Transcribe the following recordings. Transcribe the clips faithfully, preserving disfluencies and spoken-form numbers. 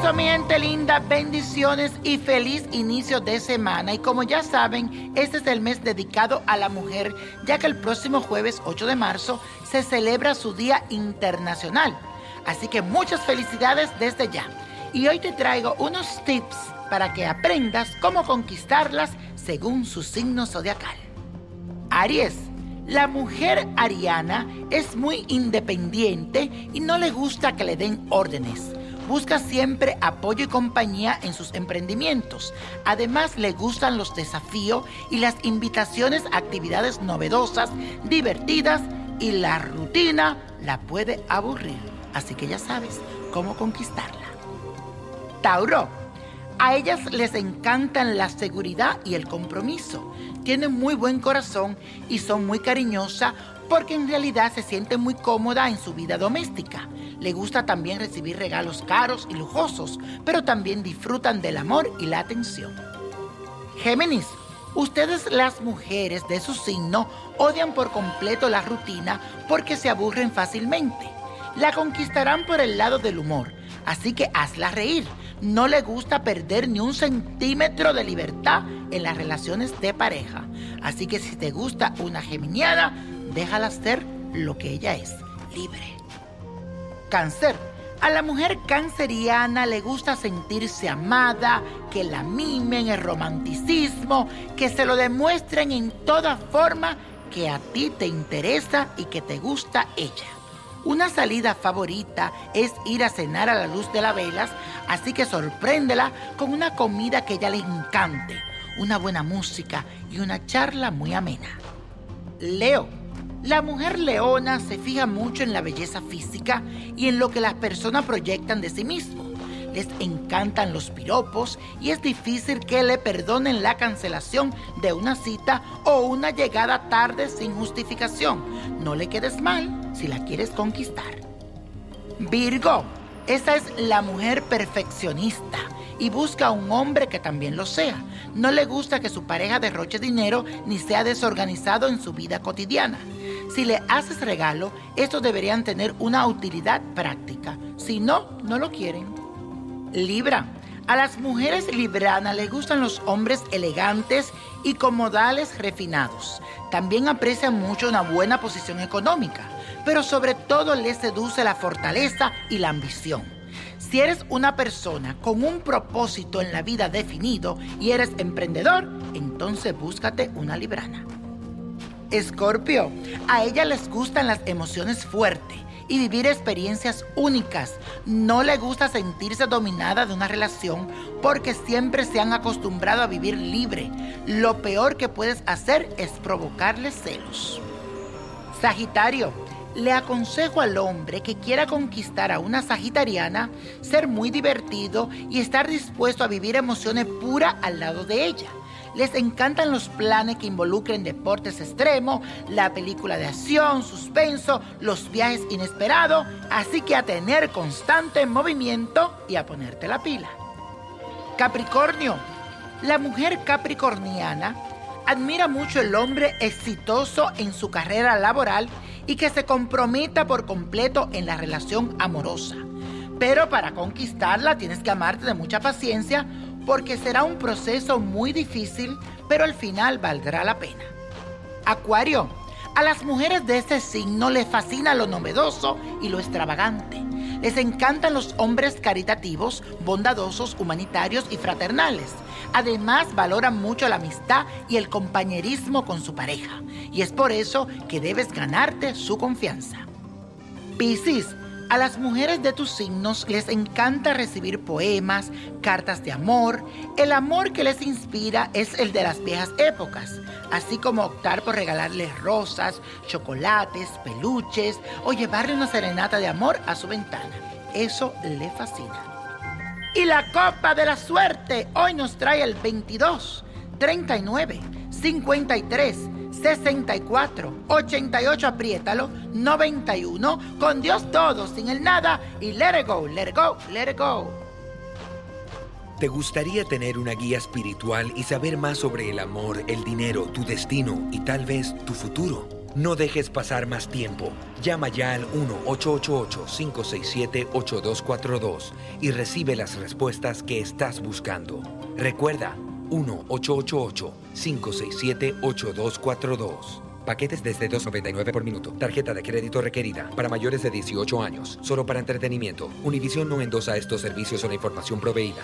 Eso, mi gente linda, bendiciones y feliz inicio de semana. Y como ya saben, este es el mes dedicado a la mujer, ya que el próximo jueves ocho de marzo se celebra su Día Internacional. Así que muchas felicidades desde ya. Y hoy te traigo unos tips para que aprendas cómo conquistarlas según su signo zodiacal. Aries. La mujer ariana es muy independiente y no le gusta que le den órdenes. Busca siempre apoyo y compañía en sus emprendimientos. Además, le gustan los desafíos y las invitaciones a actividades novedosas, divertidas, y la rutina la puede aburrir. Así que ya sabes cómo conquistarla. Tauro. A ellas les encantan la seguridad y el compromiso. Tienen muy buen corazón y son muy cariñosas porque en realidad se sienten muy cómoda en su vida doméstica. Le gusta también recibir regalos caros y lujosos, pero también disfrutan del amor y la atención. Géminis. Ustedes, las mujeres de su signo, odian por completo la rutina porque se aburren fácilmente. La conquistarán por el lado del humor, así que hazla reír. No le gusta perder ni un centímetro de libertad en las relaciones de pareja. Así que si te gusta una geminiana, déjala ser lo que ella es, libre. Cáncer. A la mujer canceriana le gusta sentirse amada, que la mimen, el romanticismo, que se lo demuestren en toda forma que a ti te interesa y que te gusta ella. Una salida favorita es ir a cenar a la luz de las velas, así que sorpréndela con una comida que a ella le encante, una buena música y una charla muy amena. Leo. La mujer leona se fija mucho en la belleza física y en lo que las personas proyectan de sí mismos. Les encantan los piropos y es difícil que le perdonen la cancelación de una cita o una llegada tarde sin justificación. No le quedes mal si la quieres conquistar. Virgo. Esa es la mujer perfeccionista y busca a un hombre que también lo sea. No le gusta que su pareja derroche dinero ni sea desorganizado en su vida cotidiana. Si le haces regalo, estos deberían tener una utilidad práctica. Si no, no lo quieren. Libra. A las mujeres libranas les gustan los hombres elegantes y con modales refinados. También aprecian mucho una buena posición económica, pero sobre todo les seduce la fortaleza y la ambición. Si eres una persona con un propósito en la vida definido y eres emprendedor, entonces búscate una librana. Escorpio. A ella les gustan las emociones fuertes y vivir experiencias únicas. No le gusta sentirse dominada de una relación porque siempre se han acostumbrado a vivir libre. Lo peor que puedes hacer es provocarle celos. Sagitario. Le aconsejo al hombre que quiera conquistar a una sagitariana ser muy divertido y estar dispuesto a vivir emociones puras al lado de ella. Les encantan los planes que involucren deportes extremos, la película de acción, suspenso, los viajes inesperados, así que a tener constante movimiento y a ponerte la pila. Capricornio. La mujer capricorniana admira mucho el hombre exitoso en su carrera laboral y que se comprometa por completo en la relación amorosa. Pero para conquistarla tienes que amarte de mucha paciencia porque será un proceso muy difícil, pero al final valdrá la pena. Acuario. A las mujeres de este signo les fascina lo novedoso y lo extravagante. Les encantan los hombres caritativos, bondadosos, humanitarios y fraternales. Además, valoran mucho la amistad y el compañerismo con su pareja. Y es por eso que debes ganarte su confianza. Piscis. A las mujeres de tus signos les encanta recibir poemas, cartas de amor. El amor que les inspira es el de las viejas épocas, así como optar por regalarles rosas, chocolates, peluches o llevarle una serenata de amor a su ventana. Eso le fascina. Y la copa de la suerte hoy nos trae el veintidós, treinta y nueve, cincuenta y tres, sesenta y cuatro, ochenta y ocho, apriétalo, noventa y uno, con Dios todo, sin el nada y let it go, let it go, let it go. ¿Te gustaría tener una guía espiritual y saber más sobre el amor, el dinero, tu destino y tal vez tu futuro? No dejes pasar más tiempo. Llama ya al uno ocho ocho ocho, cinco seis siete, ocho dos cuatro dos y recibe las respuestas que estás buscando. Recuerda, uno ocho ocho ocho, cinco seis siete, ocho dos cuatro dos. Paquetes desde dos noventa y nueve por minuto. Tarjeta de crédito requerida para mayores de dieciocho años. Solo para entretenimiento. Univision no endosa estos servicios o la información proveída.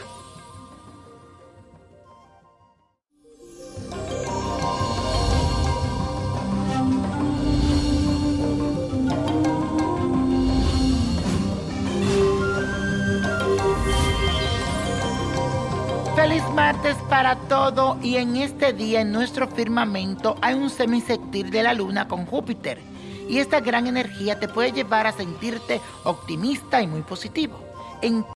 Feliz martes para todo y en este día en nuestro firmamento hay un semisectil de la luna con Júpiter y esta gran energía te puede llevar a sentirte optimista y muy positivo. En